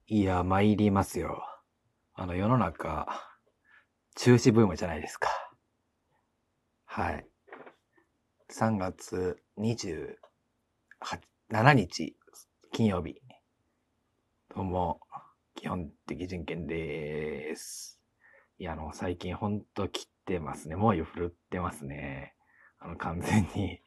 いや、参りますよ。世の中、中止ブームじゃないですか。はい。3月27日、金曜日。どうも、基本的人権です。いや、最近ほんと来てますね。猛威を振るってますね。完全に。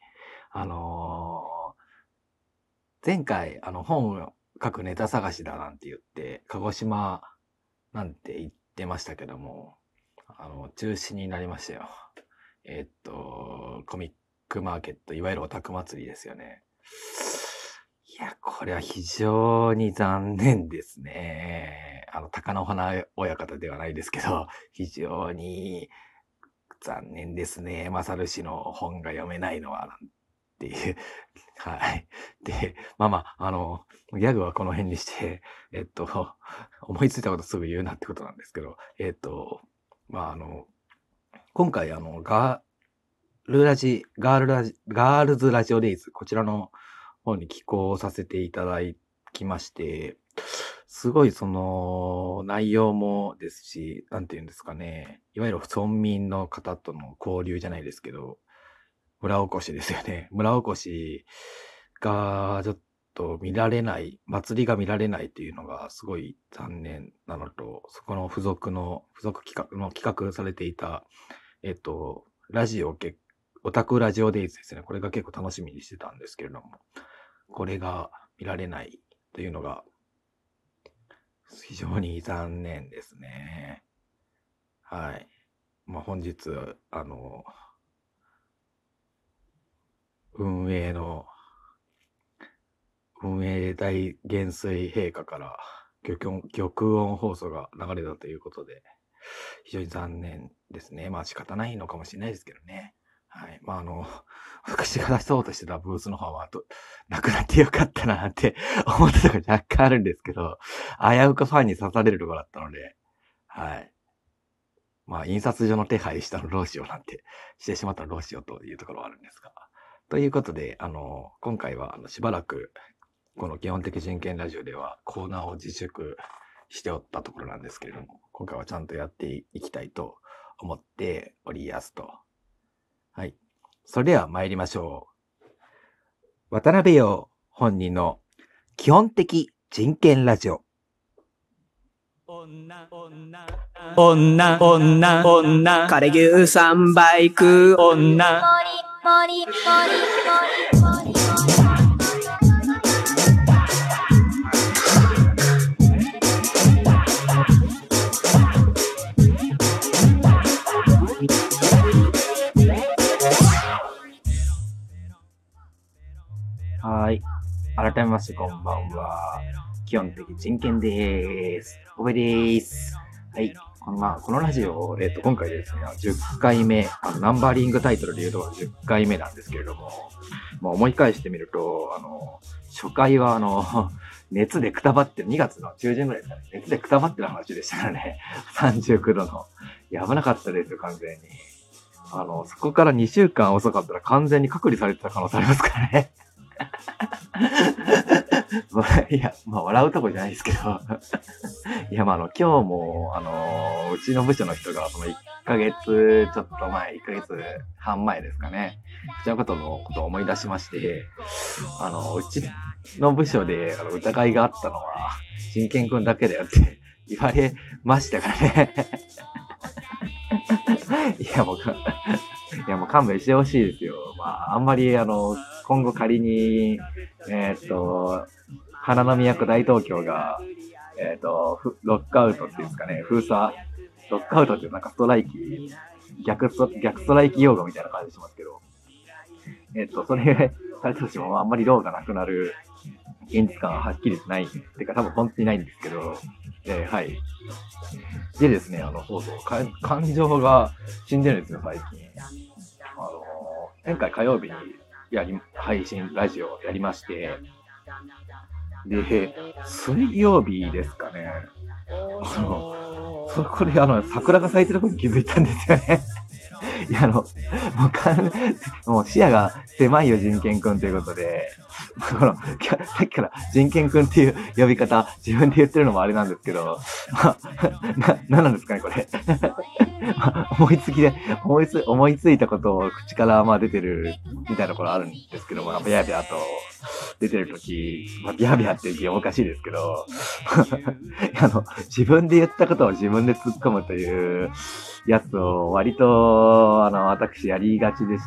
前回、本を書くネタ探しだなんて言って、鹿児島なんて言ってましたけども、中止になりましたよ。コミックマーケット、いわゆるオタク祭りですよね。いや、これは非常に残念ですね。貴乃花親方ではないですけど、非常に残念ですね。マサル氏の本が読めないのは、なんていう。はい。で、ギャグはこの辺にして、思いついたことすぐ言うなってことなんですけど、今回ガールズラジオデイズ、こちらの方に寄稿させていただきまして、すごい内容もですし、なんていうんですかね、いわゆる村民の方との交流じゃないですけど、村おこしですよね。村おこしがちょっと見られない、祭りが見られないっていうのがすごい残念なのと、そこの付属企画されていた、オタクラジオデイズですね。これが結構楽しみにしてたんですけれども、これが見られないというのが非常に残念ですね。はい。本日、運営大元帥陛下から玉音放送が流れたということで、非常に残念ですね。仕方ないのかもしれないですけどね。はい。私が出そうとしてたブースの方は、なくなってよかったななんて思ったところ若干あるんですけど、危うくファンに刺されるところだったので、はい。印刷所の手配したのどうしようなんてしてしまったらどうしようというところはあるんですが。ということで、今回はしばらく、この基本的人権ラジオではコーナーを自粛しておったところなんですけれども、今回はちゃんとやっていきたいと思っておりやすと。はい。それでは参りましょう。渡辺陽本人の基本的人権ラジオ。 女、枯れ牛3倍食う女。 はい。改めましてこんばんは。基本的人権でーす。おべでーす。はい。このラジオ、今回ですね、10回目、ナンバーリングタイトルで言うと10回目なんですけれども、思い返してみると、初回は熱でくたばって、2月の中旬ぐらいですかね、熱でくたばってる話でしたからね、39度の。いや、危なかったですよ、完全に。そこから2週間遅かったら完全に隔離されてた可能性ありますからね。いや、笑うとこじゃないですけど。いや、今日も、うちの部署の人が、1ヶ月ちょっと前、1ヶ月半前ですかね。うちのことを思い出しまして、うちの部署で疑いがあったのは、真剣くんだけだよって言われましたからね。いや、もう勘弁してほしいですよ。あんまり、今後仮に、花の都大東京が、ロックアウトっていうんですかね、封鎖、ロックアウトっていうなんかストライキ、逆ストライキ用語みたいな感じしますけど、それされたとしてもあんまりローがなくなる現実感ははっきりない。てか多分本当にないんですけど、はい。でですね、そうそう、感情が死んでるんですよ、最近。前回火曜日に配信ラジオやりまして、で、水曜日ですかね。そこで桜が咲いてることに気づいたんですよね。いや、もう視野が狭いよ、人権くんということで、 さっきから人権くんっていう呼び方、自分で言ってるのもあれなんですけど、なんなんですかね、これ。思いつきで、思いついたことを口から出てるみたいなところあるんですけど、ビャビャと出てるとき、ビャビャって言う気はおかしいですけど、自分で言ったことを自分で突っ込むというやつを割と、私やりがちでして、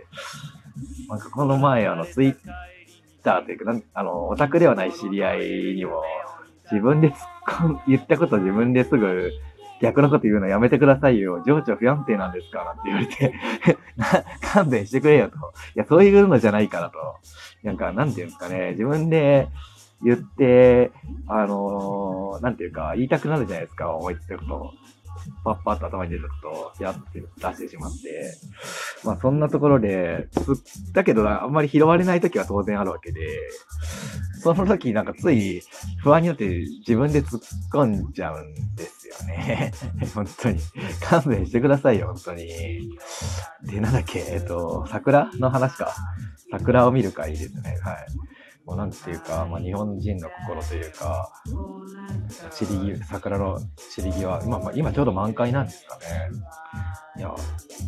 なんかこの前、ツイッターというか、オタクではない知り合いにも、自分で言ったことを自分ですぐ逆のこと言うのやめてくださいよ。情緒不安定なんですかなんて言われて勘弁してくれよと。いや、そういうのじゃないからと。なんていうんですかね。自分で言って、なんていうか、言いたくなるじゃないですか。思いついたことを。パッパッと頭に出たことをやって出してしまって。そんなところで、だけどあんまり拾われない時は当然あるわけで、その時つい不安になって自分で突っ込んじゃうんですよね。本当に。勘弁してくださいよ、本当に。で、なんだっけ、桜の話か。桜を見る会ですね。はい。もうなんていうか、日本人の心というか、桜の散り際、今ちょうど満開なんですかね。いや、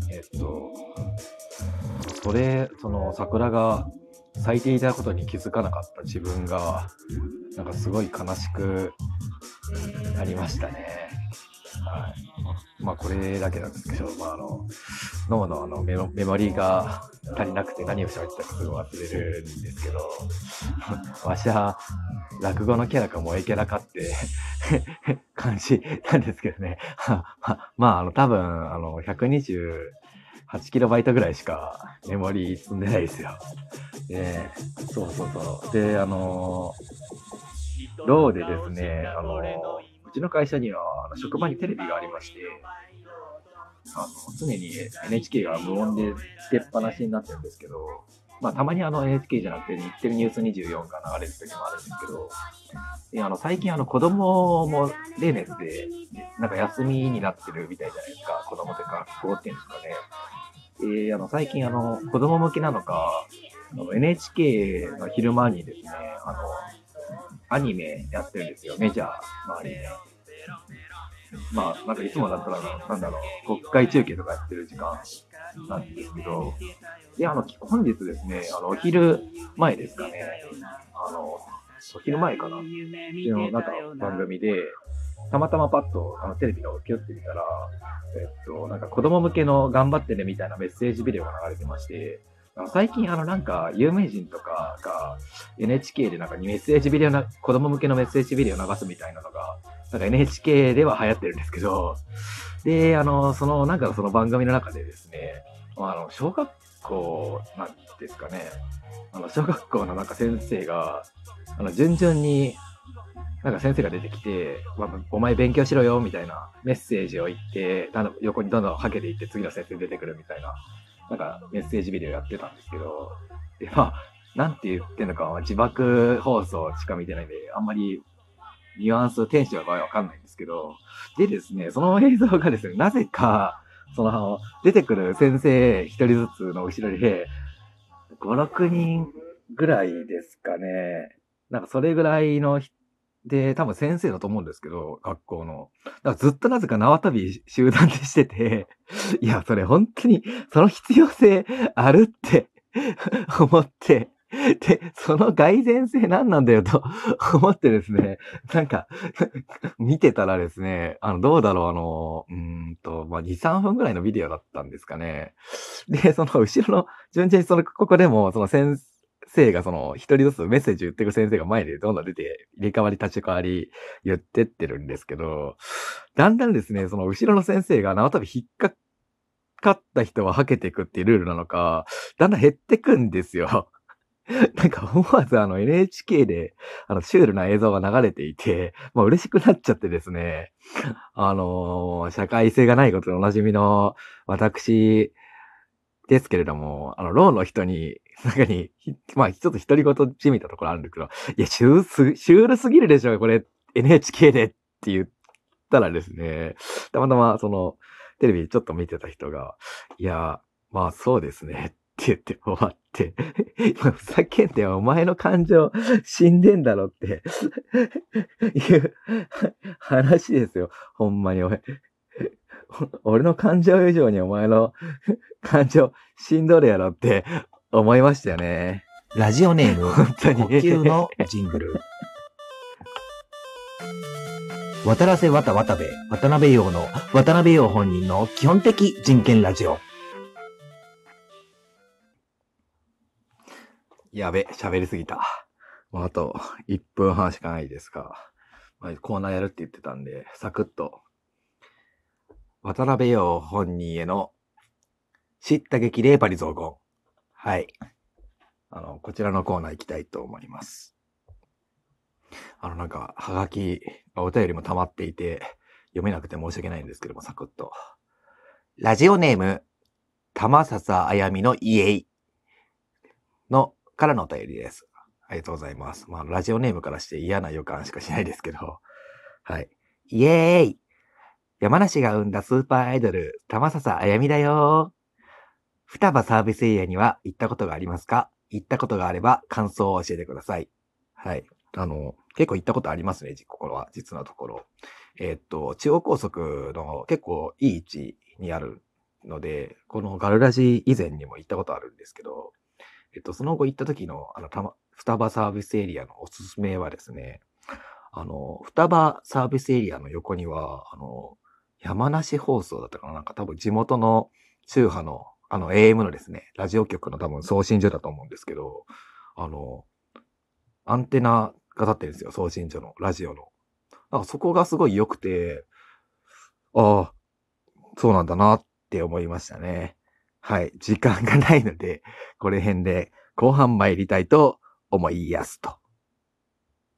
その桜が咲いていたことに気づかなかった自分が、すごい悲しくなりましたね。はい。これだけなんですけど、脳のメモリーが足りなくて何を喋ってたかすごい忘れるんですけど、わしは落語のキャラか萌えキャラかって感じなんですけどね。多分、128キロバイトぐらいしかメモリー積んでないですよ。そう。で、ローでですね、うちの会社には職場にテレビがありまして、常に NHK が無音でつけっぱなしになってるんですけど、たまにNHK じゃなくて日テレニュース24が流れる時もあるんですけど、最近子供も例年で休みになってるみたいじゃないですか。子供というか学校っていうんですかね。最近子供向けなのか、NHK の昼間にですね、アニメやってるんですよ。メジャーのアニメ。いつもだったら、国会中継とかやってる時間なんですけど、で、本日ですね、お昼前ですかね、お昼前かな、の番組で、たまたまパッとテレビをキュッて見たら、子供向けの頑張ってねみたいなメッセージビデオが流れてまして、最近有名人とかが NHK でメッセージビデオ子供向けのメッセージビデオ流すみたいなのが、NHK では流行ってるんですけど、で、その番組の中でですね、小学校なんですかね、小学校の先生が、順々に、先生が出てきて、お前勉強しろよ、みたいなメッセージを言って、横にどんどんはけていって次の先生出てくるみたいな、メッセージビデオやってたんですけど、で、なんて言ってんのかは自爆放送しか見てないんで、あんまりニュアンス、テンションがわかんないんですけど、でですね、その映像がですね、なぜか、出てくる先生一人ずつの後ろで、5、6人ぐらいですかね。それぐらいので、多分先生だと思うんですけど、学校の。ずっとなぜか縄跳び集団でしてて、いや、それ本当に、その必要性あるって思って、で、その蓋然性何なんだよと思ってですね、見てたらですね、どうだろう、2、3分ぐらいのビデオだったんですかね。で、その後ろの、順々にここでも、その先生が一人ずつメッセージ言ってく先生が前でどんどん出て、入れ替わり立ち替わり言ってってるんですけど、だんだんですね、その後ろの先生が縄跳び引っかかった人ははけていくっていうルールなのか、だんだん減ってくんですよ。思わずNHK でシュールな映像が流れていて、もう嬉しくなっちゃってですね、社会性がないことでおなじみの私ですけれども、ローの人に、中に、ちょっと独り言じみたところあるんだけど、いや、シュールすぎるでしょ、これ、NHK でって言ったらですね、たまたまテレビちょっと見てた人が、いや、そうですね。 って言って終わって、ふざけんなよ、お前の感情死んでんだろっていう話ですよ。ほんまに俺の感情以上にお前の感情死んどるやろって思いましたよね。 ラジオネーム、 本当に。 呼吸のジングル。渡らせ渡部、渡辺陽の、渡辺陽本人の基本的人権ラジオ。 やべ、喋りすぎた。もうあと1分半しかないですが、コーナーやるって言ってたんで、サクッと。渡辺陽本人への知った激励パリ増言。はい。こちらのコーナー行きたいと思います。なんか、はがき、お便りも溜まっていて、読めなくて申し訳ないんですけども、サクッと。 ラジオネーム、玉笹あやみのイエイの、からのお便りです。ありがとうございます。ラジオネームからして嫌な予感しかしないですけど。はい。 イエーイ山梨が生んだスーパーアイドル、玉笹あやみだよ。双葉サービスエリアには行ったことがありますか？行ったことがあれば感想を教えてください。 はい。結構行ったことありますね、ここは、実のところ。中央高速の結構いい位置にあるので、このガルラジ以前にも行ったことあるんですけど、その後行った時の、双葉サービスエリアのおすすめはですね、双葉サービスエリアの横には、山梨放送だったかな、なんか多分地元の中波の、AM のですね、ラジオ局の多分送信所だと思うんですけど、アンテナが立ってるんですよ、送信所の、ラジオの。なんかそこがすごい良くて、ああ、そうなんだなって思いましたね。はい。時間がないので、これ辺で後半参りたいと思いやすと。